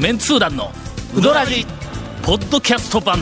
メンツー団のウドラジポッドキャスト版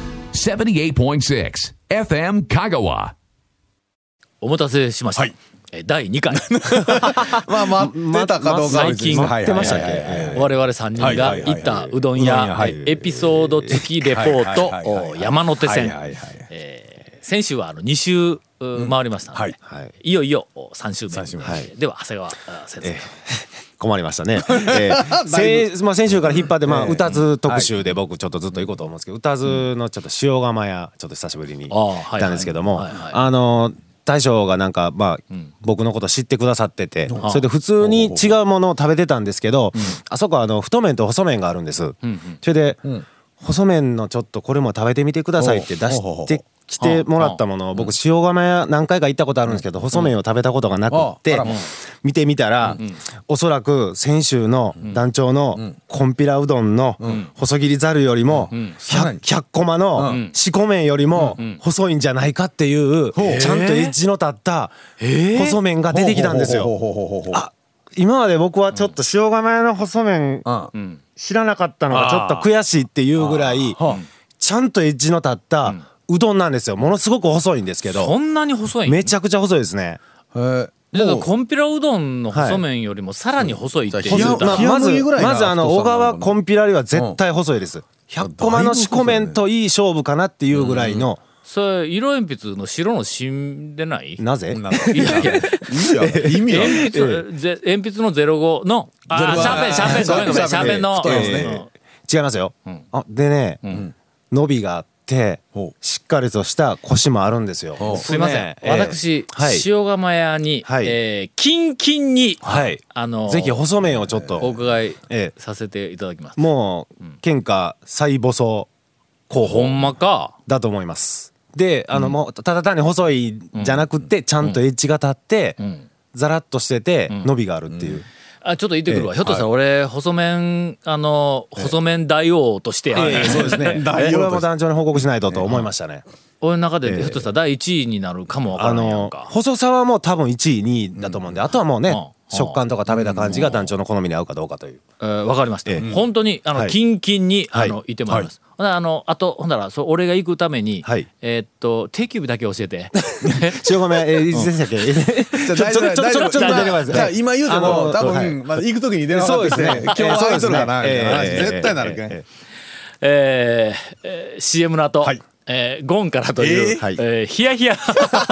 78.6 FM 香川。 お待たせしました、第2回待ったかどうかは別に最近待ってましたっけ。 我々3人が行ったうどん屋エピソード付きレポート山手線、先週は2週回りましたので、いよいよ3週目、では長谷川先生、 困りましたね。先週から引っ張って歌津特集で僕ちょっとずっと行こうと思うんですけど、歌津のちょっと塩釜屋ちょっと久しぶりに行ったんですけども、大将がなんか僕のこと知ってくださってて、それで普通に違うものを食べてたんですけど、あそこは太麺と細麺があるんです。それで細麺のちょっとこれも食べてみてくださいって出して来てもらったものを、僕塩釜屋何回か行ったことあるんですけど、細麺を食べたことがなくって見てみたら、おそらく先週の団長のこんぴらうどんの細切りざるよりも100コマの四股麺よりも細いんじゃないかっていう、ちゃんとエッジの立った細麺が出てきたんですよ。あ、今まで僕はちょっと塩釜屋の細麺知らなかったのがちょっと悔しいっていうぐらい、ちゃんとエッジの立ったうどんなんですよ。ものすごく細いんですけど。 そんなに細い？ めちゃくちゃ細いですね。 こんぴらうどんの細麺よりもさらに細いって言うたら、 まず小川こんぴらよりは絶対細いです。100コマの四股麺といい勝負かなっていうぐらいの。 それ色鉛筆の白の芯でない？ なぜ？ いやいや意味は鉛筆の05のシャーペンごめんシャーペンの違いますよ。でね、伸びがあってしっかりとしたコシもあるんですよ。 すいません、私塩釜屋にキンキンにぜひ細麺をちょっとお伺いさせていただきます。 もう県下最細候補ほんまかだと思います。でもうただ単に細いじゃなくってちゃんとエッジが立ってザラッとしてて伸びがあるっていう。 ちょっと言ってくるわ、ひょっとしたら俺細麺細麺大王としてそうですね。これはもう団長に報告しないとと思いましたね。 俺の中でひょっとしたら第1位になるかもわからないやんか。 細さはもう多分1位2位だと思うんで、あとはもうね食感とか食べた感じが団長の好みに合うかどうかという。 わかりました。本当にキンキンにいてもらいます。あとほんなら俺が行くために定休日だけ教えて。 塩米いつでしたっけ？ ちょ今言うても多分まだ行く時に電話かかってきて今日空いとるかな絶対なるけん。 CM の後ゴンからというヒヤヒヤ。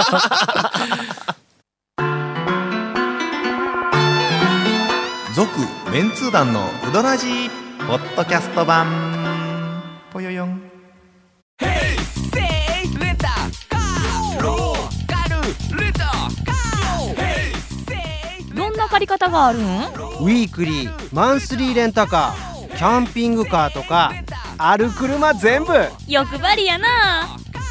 続メンツー団のウドラジーポッドキャスト版ぽよよん。 どんな借り方があるん？ ウィークリーマンスリーレンタカーキャンピングカーとかある車全部欲張りやな。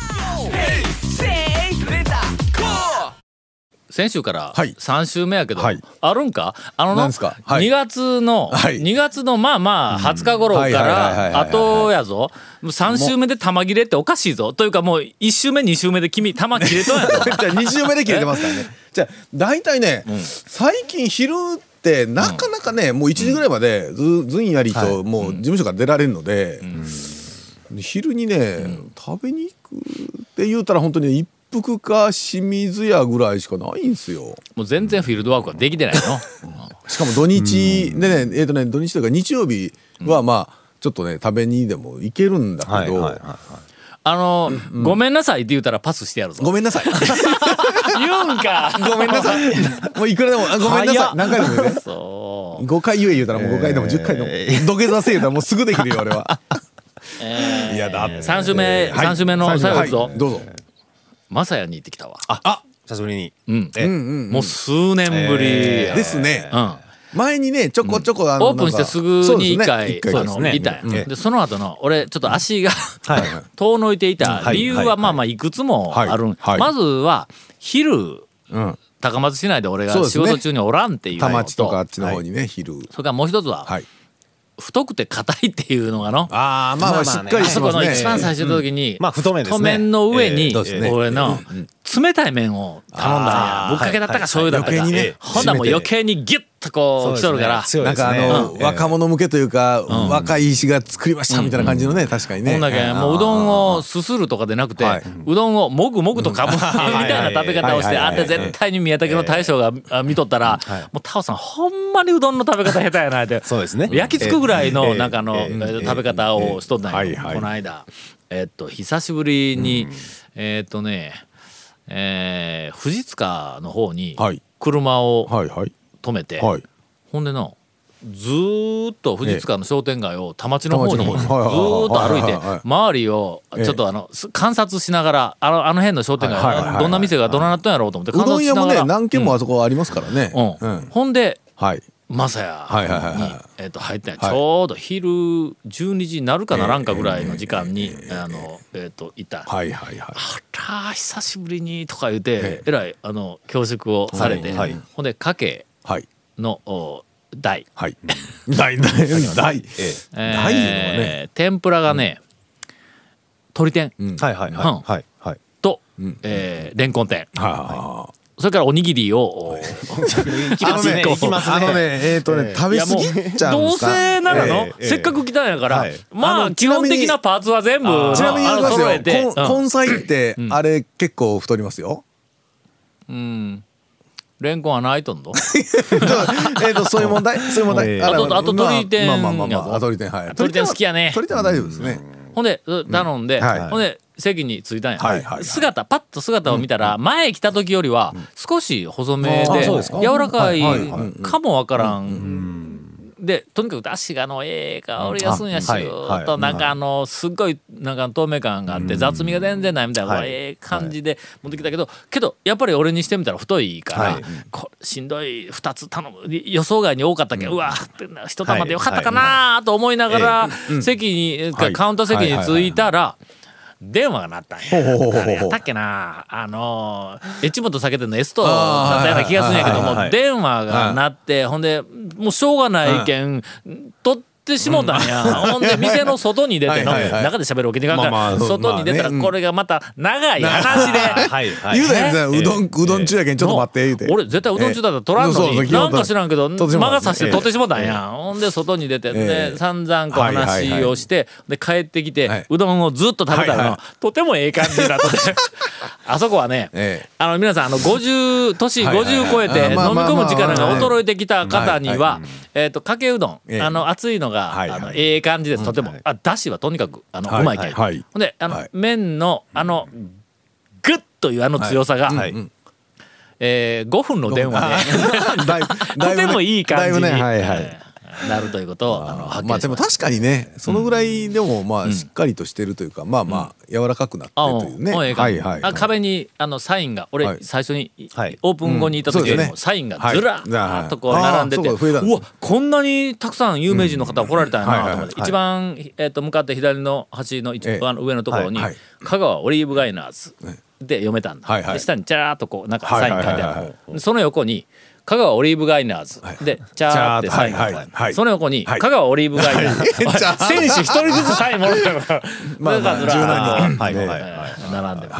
先週から3週目やけど、あるんか2月のまあまあ20日頃から後やぞ。3週目で玉切れっておかしいぞというか、もう1週目2週目で君玉切れとんやぞ。 じゃあ2週目で切れてますからね。じゃあ大体ね、最近昼ってなかなかね、もう1時ぐらいまでずんやりともう事務所から出られるので、昼にね食べに行くって言うたら本当に一服か清水屋ぐらいしかないんですよ。 もう全然フィールドワークはできてないの。 しかも土日でね、土日というか日曜日はまあちょっとね食べにでも行けるんだけど、 ごめんなさいって言うたらパスしてやるぞ。 ごめんなさい。 言うんか。 ごめんなさい。もういくらでもごめんなさい。何回でも言うね。 そう。 5回言うたらもう5回でも10回でも土下座せ言うたらもうすぐできるよ俺は。いやだって 3週目の最後いくぞ。 どうぞ。 マサヤに行ってきたわ。 久しぶりに。 もう数年ぶりですね。前にねちょこちょこオープンしてすぐに1回いたんや。でその後の俺ちょっと足が遠のいていた理由はまあまあいくつもある。まずは昼高松市内で俺が仕事中におらんっていうのと、 田町とかあっちの方にね昼。 それからもう一つは太くて硬いっていうのがの、 まあしっかりあそこの一番最初の時に太麺ですね。 太麺の上に俺の冷たい麺を頼んだんや。ぶっかけだったか醤油だったか。ほんだらもう余計にギュッとこう来とるから、 なんか若者向けというか、若い石が作りましたみたいな感じのね、確かにね。 ほんだけもううどんをすするとかでなくて、うどんをもぐもぐとかむみたいな食べ方をして、あんた絶対に宮武の大将が見とったら、もうタオさんほんまにうどんの食べ方下手やなって、焼き付くぐらいのなんか食べ方をしとったんや、この間。久しぶりに富士塚の方に車を止めて、ほんでなずーっと富士塚の商店街を田町の方にずーっと歩いて周りをちょっと観察しながら、あの辺の商店街どんな店がどなったんやろうと思って観察しながら、 うどん屋もね何軒もあそこありますからね。 ほんでマサヤに入ったんや。ちょうど昼12時になるかならんかぐらいの時間にいた。あら久しぶりにとか言うてえらい恐縮をされて、ほんでかけの大天ぷらがね、鶏天とレンコン天、それからおにぎりを食べ過ぎちゃうんどうせならのせっかく来たんやから、まあ基本的なパーツは全部ちなみに揃えて。根菜ってあれ結構太りますよ。 レンコンはないとんのそういう問題。 あと鶏天鶏天好きやね。 鶏天は大丈夫ですね。 ほんで頼んで、ほんで席に着いたんや。パッと姿を見たら、前来た時よりは少し細めで柔らかいかもわからん。でとにかくだしが香りがすんやしと、なんかすっごいなんか透明感があって雑味が全然ないみたいな感じで持ってきたけどやっぱり俺にしてみたら太いからしんどい2つ頼む予想外に多かったけど、うわ一玉でよかったかなと思いながらカウンター席に着いたら電話が鳴ったんや。誰やったっけな、越本酒店のエストだったような気がするんやけども、電話が鳴って、ほんでもうしょうがないけん取ってしもたんや。ほんで店の外に出ての中で喋るわけにいかんから外に出たらこれがまた長い話で言うたやん、うどん中やけんちょっと待って言うて、 俺絶対うどん中だったら取らんのになんか知らんけど魔が差して取ってしもたんや。ほんで外に出てで散々こう話をしてで帰ってきてうどんをずっと食べたらとてもええ感じだと。あそこはね、皆さん年50超えて飲み込む力が衰えてきた方にはかけうどん熱いのがええ感じです。とてもだしはとにかくうまいけん。ほんで麺のグッという強さが5分の電話でとてもいい感じになるということを発見しました。 でも確かにねそのぐらいでもしっかりとしてるというか、柔らかかくなってというね。 壁にサインが俺最初にオープン後にいた時にサインがずらーっとこう並んでて、うわこんなにたくさん有名人の方来られたんやなと思って、一番向かって左の端の一番上のところに香川オリーブガイナーズで読めたんだ。で下にチャーっとこうなんかサイン書いてある。その横に香川オリーブガイナーズでチャーってサインが書いて、その横に香川オリーブガイナーズ選手一人ずつサインもらったのが柔軟に並んでます。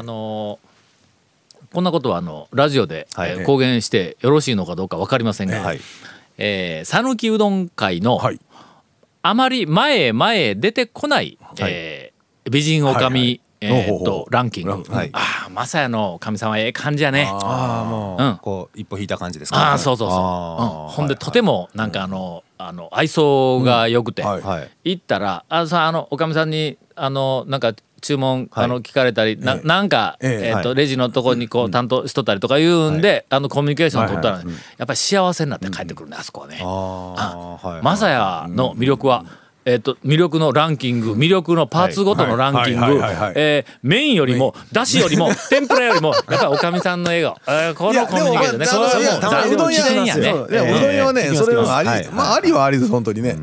こんなことはラジオで公言してよろしいのかどうか分かりませんが、讃岐うどん会のあまり前へ出てこない美人女将ランキング。まさやの神様ええ感じやね。 もうこう一歩引いた感じですか。 そうほんでとてもなんか愛想が良くて行ったらおかみさんになんか注文聞かれたりなんかレジのところにこう担当しとったりとか言うんでコミュニケーション取ったらやっぱり幸せになって帰ってくるね、あそこはね。まさやの魅力は魅力のランキング、魅力のパーツごとのランキング、麺よりもだしよりも天ぷらよりもやっぱりおかみさんの笑顔、このコミュニケーションね。 うどん屋はねそれはありはありです本当にね。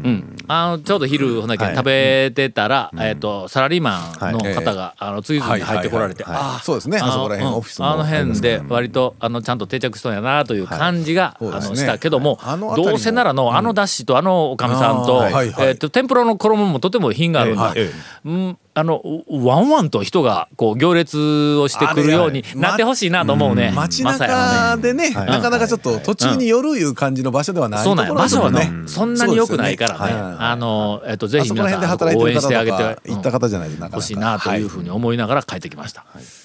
ちょうど昼ほんだけ食べてたら、サラリーマンの方が次々に入ってこられて、 そうですね、あそこら辺オフィスもの辺で割とちゃんと定着しとんやなという感じがしたけども、どうせならのだしとおかみさんと天ぷらの衣もとても品があるんだ。ワンワンと人がこう行列をしてくるようになってほしいなと思うね。 街中でね、なかなかちょっと途中に寄るいう感じの場所ではないところ場所はね、そんなに良くないからね。ぜひ皆さん応援してあげて行った方じゃないとほしいなというふうに思いながら帰ってきました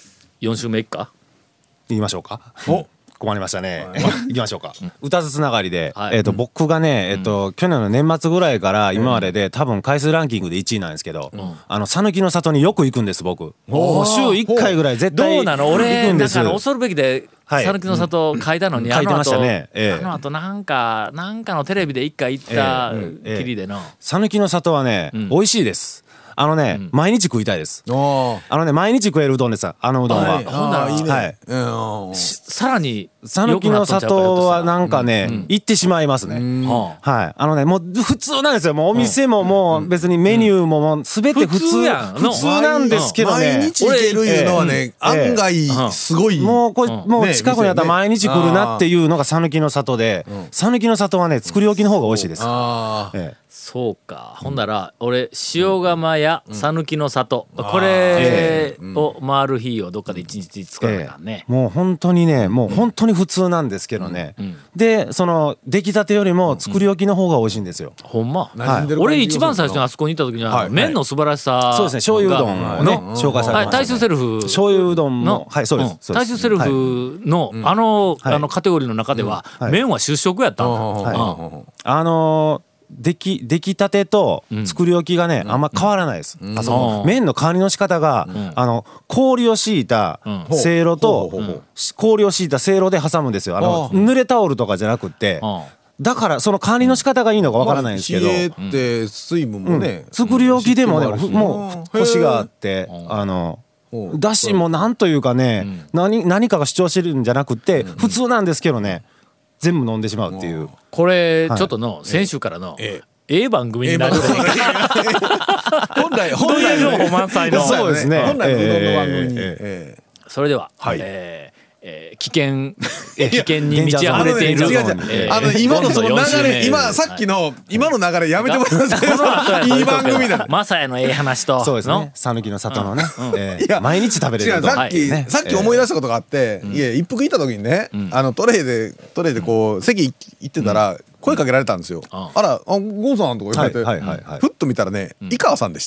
。4週目いくか。 行きましょうか。困りましたね。行きましょうか。歌ずつながりで、僕がね、去年の年末ぐらいから今までで多分回数ランキングで1位なんですけど、讃岐の里によく行くんです、僕。週1回ぐらい絶対行くんです。 どうなの？俺なんか恐るべきで讃岐の里書いたのに、 書いてましたね。 あの後なんかのテレビで1回行ったきりでの。 讃岐の里はね、美味しいです。毎日食いたいです。毎日食えるうどんです。うどんは。 ほんならいいね。さらに讃岐の里はなんかね、行ってしまいますね。はい。もう普通なんですよ。もうお店ももう別にメニューももう全て普通なんですけどね。 毎日行けるいうのはね、案外すごい。 もう近くにあったら毎日来るなっていうのが讃岐の里で、讃岐の里はね、作り置きの方が美味しいです。 そうか。ほんなら俺塩釜や讃岐の里、これを回る日をどっかで一日作らなきゃね。 もう本当にね、もう本当に普通なんですけどね。でその出来たてよりも作り置きの方が美味しいんですよ。 ほんま。俺一番最初にあそこに行った時には麺の素晴らしさ。 そうですね。醤油うどんをね紹介されました。 大衆セルフ醤油うどんのはいそうです。 大衆セルフのカテゴリーの中では麺は主食やったんだ。 出来たてと作り置きがね、あんま変わらないです。麺の管理の仕方が、氷を敷いたせいろと氷を敷いたせいろで挟むんですよ。濡れタオルとかじゃなくって、だからその管理の仕方がいいのかわからないんですけど、 冷えって水分もね、 作り置きでもね、もうコシがあって、だしもなんというかね、何かが主張してるんじゃなくて普通なんですけどね、全部飲んでしまうっていう。 これちょっとの先週からの番組になる本来情報満載の。 そうですね。 本来のうどんの番組に。 それでは危険に満ち溢れている今のその流れ、さっきの今の流れやめてもらってください。いい番組だ。 マサヤの話とそうですね。讃岐の里のね、毎日食べれる。 さっき思い出したことがあって、一服行った時にね、トレイでこう席行ってたら声かけられたんですよ。あら、ゴンさんとか言われて、ふっと見たらね、井川さんでした。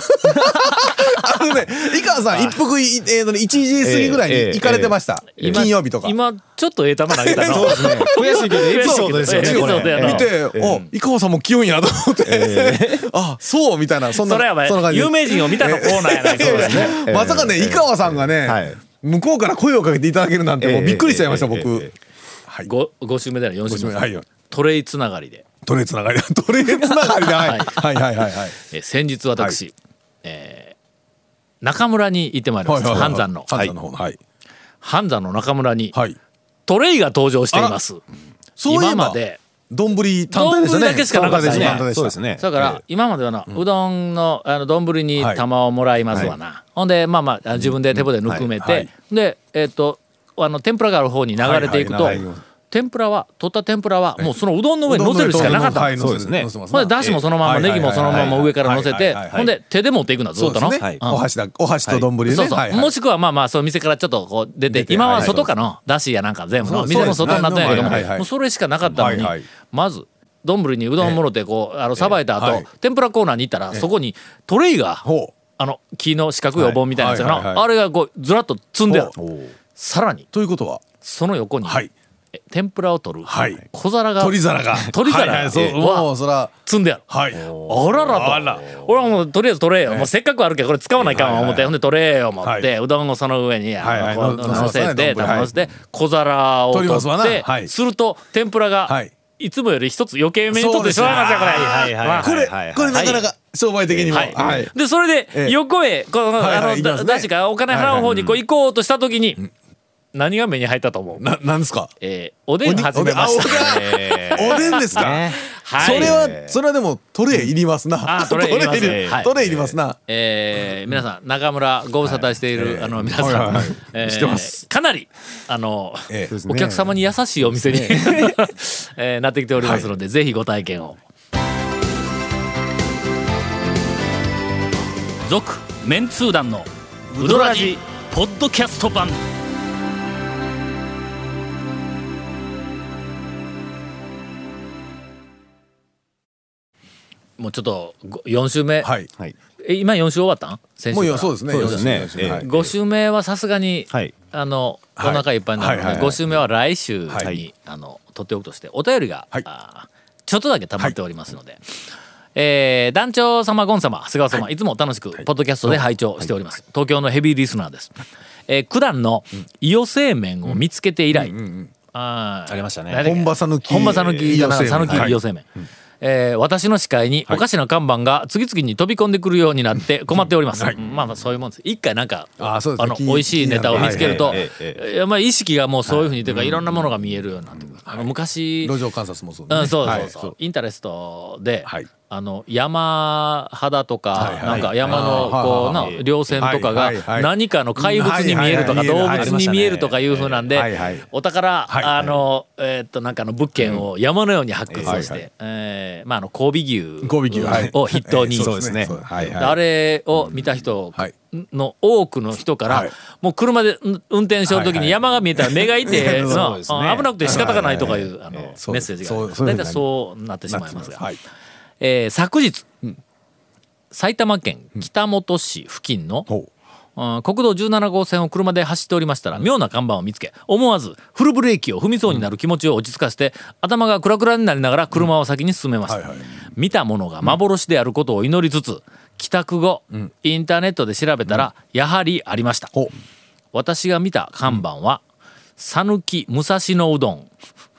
井川さん一服1時過ぎぐらいに行かれてました。金曜日とか。 今ちょっと球投げたの。 そうですね。悔しいけどエピソードですよね。これ見て、井川さんも清いんやと思って、あ、そうみたいな、そんな感じ。有名人を見たのコーナーやないか。 まさかね、井川さんがね、向こうから声をかけていただけるなんてもうびっくりしちゃいました僕。 5週目だよ、4週目。トレイつながりで。 トレイつながりで、はい。 先日私中村に行ってまいりました。半山の半山の中村にトレイが登場しています。今まで丼単体でしたね。 だけしかなかったですね。 そうですね。 だから今まではな、うどんの丼に玉をもらいますわな。ほんで自分で手でぬくめて、で天ぷらがある方に流れていくと、取った天ぷらはもうそのうどんの上に乗せるしかなかった。 そうですね。 ほんでだしもそのまま、ネギもそのまま上から乗せて、ほんで手で持っていくのずっとの。 お箸と丼ね。 そうそう。もしくはその店からちょっとこう出て、今は外かのだしやなんか全部の店の外になったんやけども、もうそれしかなかったのに、まず丼にうどんもろてこうさばいた後、天ぷらコーナーに行ったらそこにトレイが木の四角いお盆みたいなやつやな、あれがこうずらっと積んである。さらにということはその横に天ぷらを取る小皿が取り皿が積んである。あららと、俺はもうとりあえず取れよ、もうせっかくあるけどこれ使わないかん思って、ほんで取れよ思ってうどんをその上に乗せて小皿を取って、すると天ぷらがいつもより一つ余計めに取ってしまいますよこれなかなか商売的にも。 でそれで横へだしがお金払う方にこう行こうとした時に何が目に入ったと思う？ なんですか？ おでん始めました。 おでんですか？ はい。 それはでもトレイいりますな。 トレイいります。 トレイいりますな。 皆さん中村ご無沙汰している皆さん、 してます。 かなりお客様に優しいお店になってきておりますので、ぜひご体験を。続メンツー団のウドラジポッドキャスト版。もうちょっと4週目、 はい、 今4週終わったん？先週から。 もうそうですね。 そうですね。 5週目はさすがに、お腹いっぱいになるので、5週目は来週に、取っておくとして、お便りが、ちょっとだけ溜まっておりますので、団長様ゴン様菅川様、いつも楽しくポッドキャストで拝聴しております。東京のヘビーリスナーです。九段の伊予製麺を見つけて以来、 ありましたね。 本場さぬきさぬき伊予製麺。私の視界におかしな看板が次々に飛び込んでくるようになって困っております。まあそういうもんです。一回なんか美味しいネタを見つけると、意識がもうそういうふうにというか、いろんなものが見えるようになってくる。昔路上観察もそうね。 そうインタレストで山肌とかなんか山のこうな稜線とかが何かの怪物に見えるとか動物に見えるとかいうふうなんで、お宝なんかの物件を山のように発掘をして、神戸牛を筆頭に、あれを見た人の多くの人から、もう車で運転しようときに山が見えたら目がいて危なくて仕方がないとかいうメッセージが大体そうなってしまいますが、昨日埼玉県北本市付近の国道17号線を車で走っておりましたら、妙な看板を見つけ、思わずフルブレーキを踏みそうになる気持ちを落ち着かせて、頭がクラクラになりながら車を先に進めました。見たものが幻であることを祈りつつ、帰宅後インターネットで調べたらやはりありました。私が見た看板は讃岐武蔵野うどん。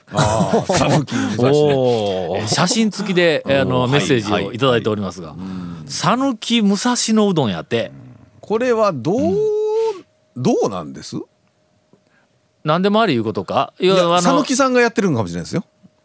写真付きでメッセージをいただいておりますが、讃岐武蔵野うどんやって、 これはどうなんです？ 何でもありいうことか？ 讃岐さんがやってるのかもしれないですよ。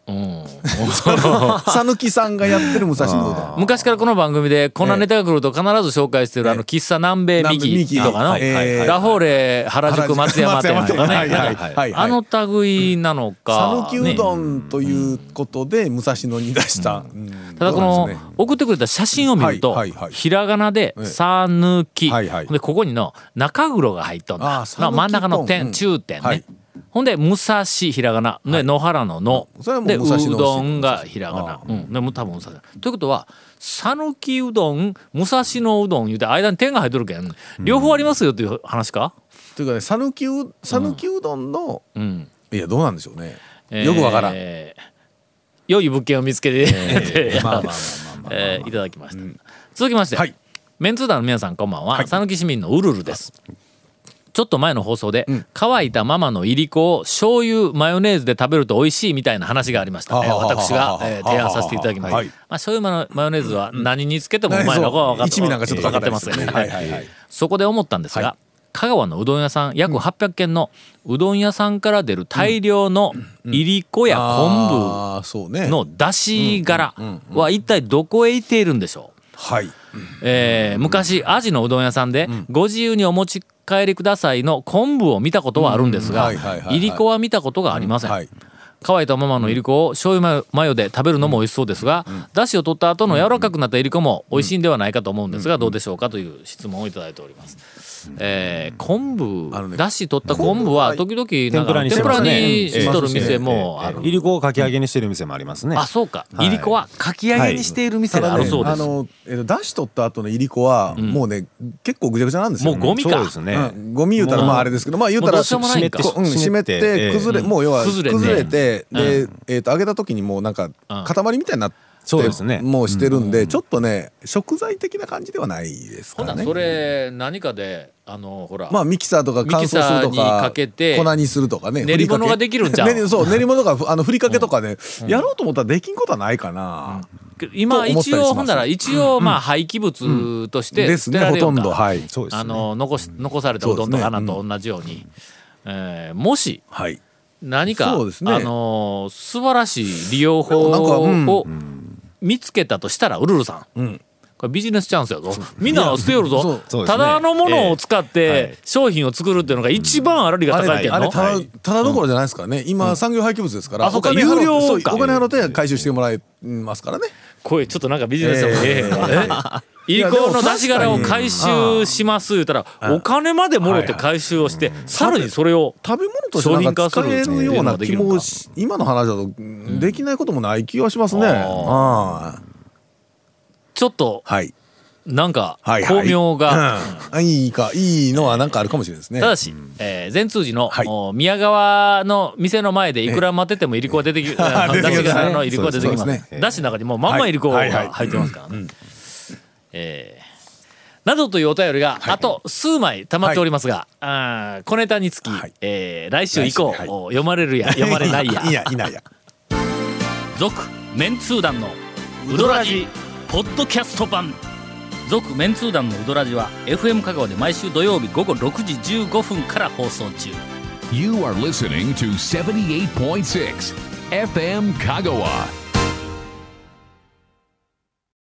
讃岐さんがやってる武蔵野うどん。 昔からこの番組でこんなネタが来ると必ず紹介してる喫茶南米ミキとかのラフォーレ原宿松山店とかね、あの類なのか。 讃岐うどんということで武蔵野に出した。 ただこの送ってくれた写真を見るとひらがなで讃岐で、ここにの中黒が入っとんだ。真ん中の点中点ね。ほんで武蔵ひらがなで野原の野でうどんがひらがな、でも多分武蔵ということは讃岐うどん武蔵野うどん言うて間に点が入っとるけん、両方ありますよという話か？ というかね、讃岐うどんのいやどうなんでしょうね、よくわからん。 良い物件を見つけていただきました。続きまして、メンツー団の皆さんこんばんは。讃岐市民のうるるです。ちょっと前の放送で、乾いたままのいりこを醤油マヨネーズで食べると美味しいみたいな話がありました。私が提案させていただきました。醤油マヨネーズは何につけてもうまいのが分かってますよね。そこで思ったんですが、香川のうどん屋さん約800軒のうどん屋さんから出る大量のいりこや昆布の出し殻は一体どこへ行っているんでしょう？昔アジのうどん屋さんでご自由にお持ち帰りくださいの昆布を見たことはあるんですが、いりこは見たことがありません。乾いたままのいりこを醤油マヨで食べるのも美味しそうですが、だしを取った後の柔らかくなったいりこも美味しいんではないかと思うんですが、どうでしょうかという質問をいただいております。昆布だし取った昆布は時々天ぷらにしとる店もある。 いりこをかき揚げにしてる店もありますね。 あ、そうか。いりこはかき揚げにしている店があるそうです。 だし取った後のいりこはもうね結構ぐちゃぐちゃなんですよ。 もうゴミか。 ゴミ言うたらまああれですけど、まあ言うたら湿って崩れ、もう要は崩れてで揚げた時にもうなんか塊みたいになってもうしてるんで、ちょっとね食材的な感じではないですからね。 それ何かでほら、 まあミキサーとか乾燥するとか粉にするとかね、 練り物ができるんじゃん。 そう練り物がふりかけとかでやろうと思ったらできんことはないかな。 今一応ほんならまあ廃棄物として捨てられるんだ。残されたうどんとかなんと同じように。 もし、 はい、 何か、 そうですね、 素晴らしい利用法を見つけたとしたらウルルさん、これビジネスチャンスやぞ。みんな捨てよるぞ。ただのものを使って商品を作るっていうのが一番粗利が高いけんの。 あれただどころじゃないですからね。今産業廃棄物ですから。 お金払って回収してもらえますからね。 これちょっとなんかビジネスでもええへんわね。いりこの出し殻を回収します言うたらお金までもろって回収をしてさらにそれを食べ物としてなんか使えるような気も今の話だとできないこともない気がしますね。 ちょっと、なんか巧妙が、 いいのはなんかあるかもしれないですね。 ただし、善通寺の、宮川の店の前でいくら待っててもいりこが出てきる、出し柄のいりこが出てきます。だしの中にもうまんまいりこが入ってますからね。などというお便りがあと数枚溜まっておりますが、小ネタにつき、来週以降、読まれるや読まれないや。 いないや。 続メンツー団のウドラジポッドキャスト版。続メンツー団のウドラジは FM 香川で毎週土曜日午後6時15分から放送中。 You are listening to 78.6 FM 香川。